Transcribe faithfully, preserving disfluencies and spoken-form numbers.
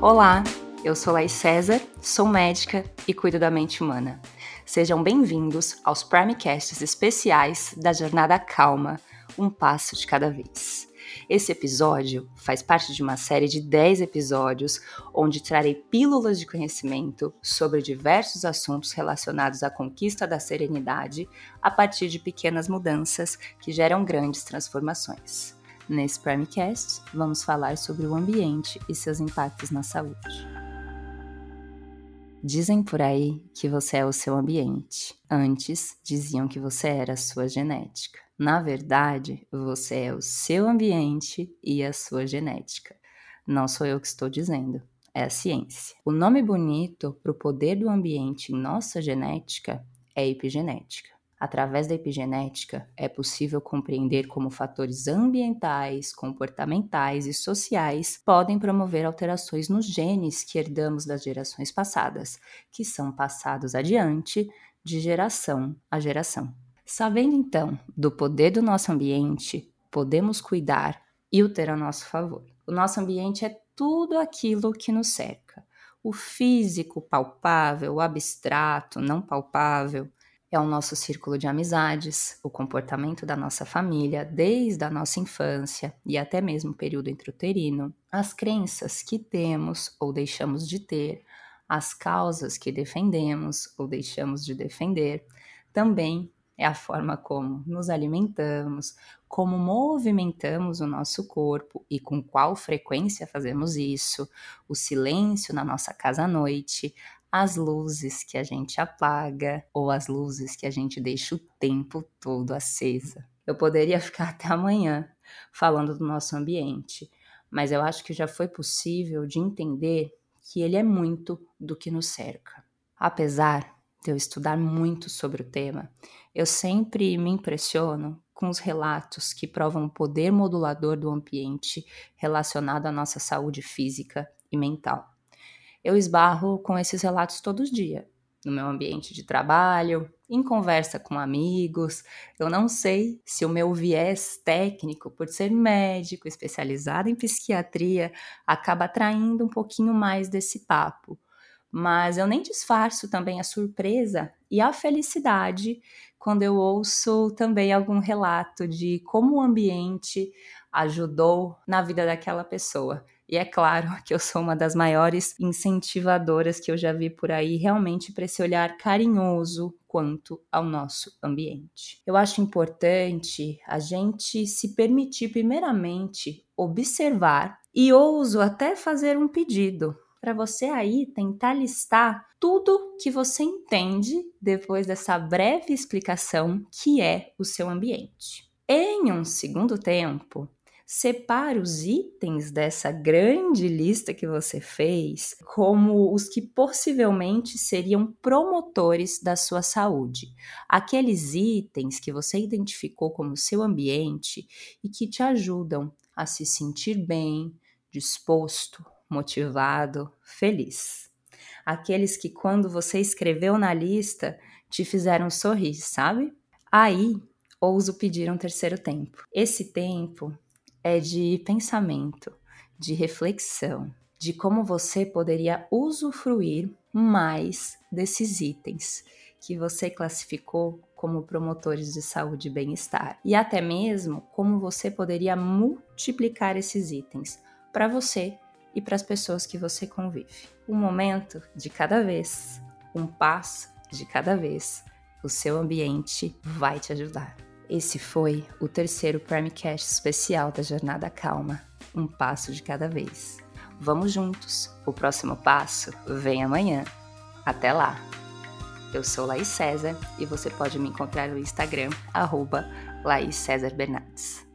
Olá, eu sou Laís César, sou médica e cuido da mente humana. Sejam bem-vindos aos Primecasts especiais da Jornada Calma, um passo de cada vez. Esse episódio faz parte de uma série de dez episódios onde trarei pílulas de conhecimento sobre diversos assuntos relacionados à conquista da serenidade a partir de pequenas mudanças que geram grandes transformações. Nesse Primecast, vamos falar sobre o ambiente e seus impactos na saúde. Dizem por aí que você é o seu ambiente. Antes, diziam que você era a sua genética. Na verdade, você é o seu ambiente e a sua genética. Não sou eu que estou dizendo, é a ciência. O nome bonito para o poder do ambiente em nossa genética é epigenética. Através da epigenética, é possível compreender como fatores ambientais, comportamentais e sociais podem promover alterações nos genes que herdamos das gerações passadas, que são passados adiante de geração a geração. Sabendo então do poder do nosso ambiente, podemos cuidar e o ter a nosso favor. O nosso ambiente é tudo aquilo que nos cerca. O físico, palpável, o abstrato, não palpável, é o nosso círculo de amizades, o comportamento da nossa família desde a nossa infância e até mesmo o período intrauterino, as crenças que temos ou deixamos de ter, as causas que defendemos ou deixamos de defender, também é a forma como nos alimentamos, como movimentamos o nosso corpo e com qual frequência fazemos isso, o silêncio na nossa casa à noite, as luzes que a gente apaga ou as luzes que a gente deixa o tempo todo acesa. Eu poderia ficar até amanhã falando do nosso ambiente, mas eu acho que já foi possível de entender que ele é muito do que nos cerca. Apesar de eu estudar muito sobre o tema, eu sempre me impressiono com os relatos que provam o poder modulador do ambiente relacionado à nossa saúde física e mental. Eu esbarro com esses relatos todos os dias, no meu ambiente de trabalho, em conversa com amigos. Eu não sei se o meu viés técnico, por ser médico, especializado em psiquiatria, acaba atraindo um pouquinho mais desse papo. Mas eu nem disfarço também a surpresa e a felicidade quando eu ouço também algum relato de como o ambiente ajudou na vida daquela pessoa. E é claro que eu sou uma das maiores incentivadoras que eu já vi por aí, realmente para esse olhar carinhoso quanto ao nosso ambiente. Eu acho importante a gente se permitir, primeiramente, observar e ouso até fazer um pedido para você aí tentar listar tudo que você entende depois dessa breve explicação que é o seu ambiente. Em um segundo tempo, separe os itens dessa grande lista que você fez como os que possivelmente seriam promotores da sua saúde. Aqueles itens que você identificou como seu ambiente e que te ajudam a se sentir bem, disposto, motivado, feliz. Aqueles que quando você escreveu na lista te fizeram sorrir, sabe? Aí, ouso pedir um terceiro tempo. Esse tempo é de pensamento, de reflexão, de como você poderia usufruir mais desses itens que você classificou como promotores de saúde e bem-estar. E até mesmo como você poderia multiplicar esses itens para você e para as pessoas que você convive. Um momento de cada vez, um passo de cada vez, o seu ambiente vai te ajudar. Esse foi o terceiro Primecast especial da Jornada Calma, um passo de cada vez. Vamos juntos, o próximo passo vem amanhã. Até lá! Eu sou Laís César e você pode me encontrar no Instagram, arroba Laís César Bernardes.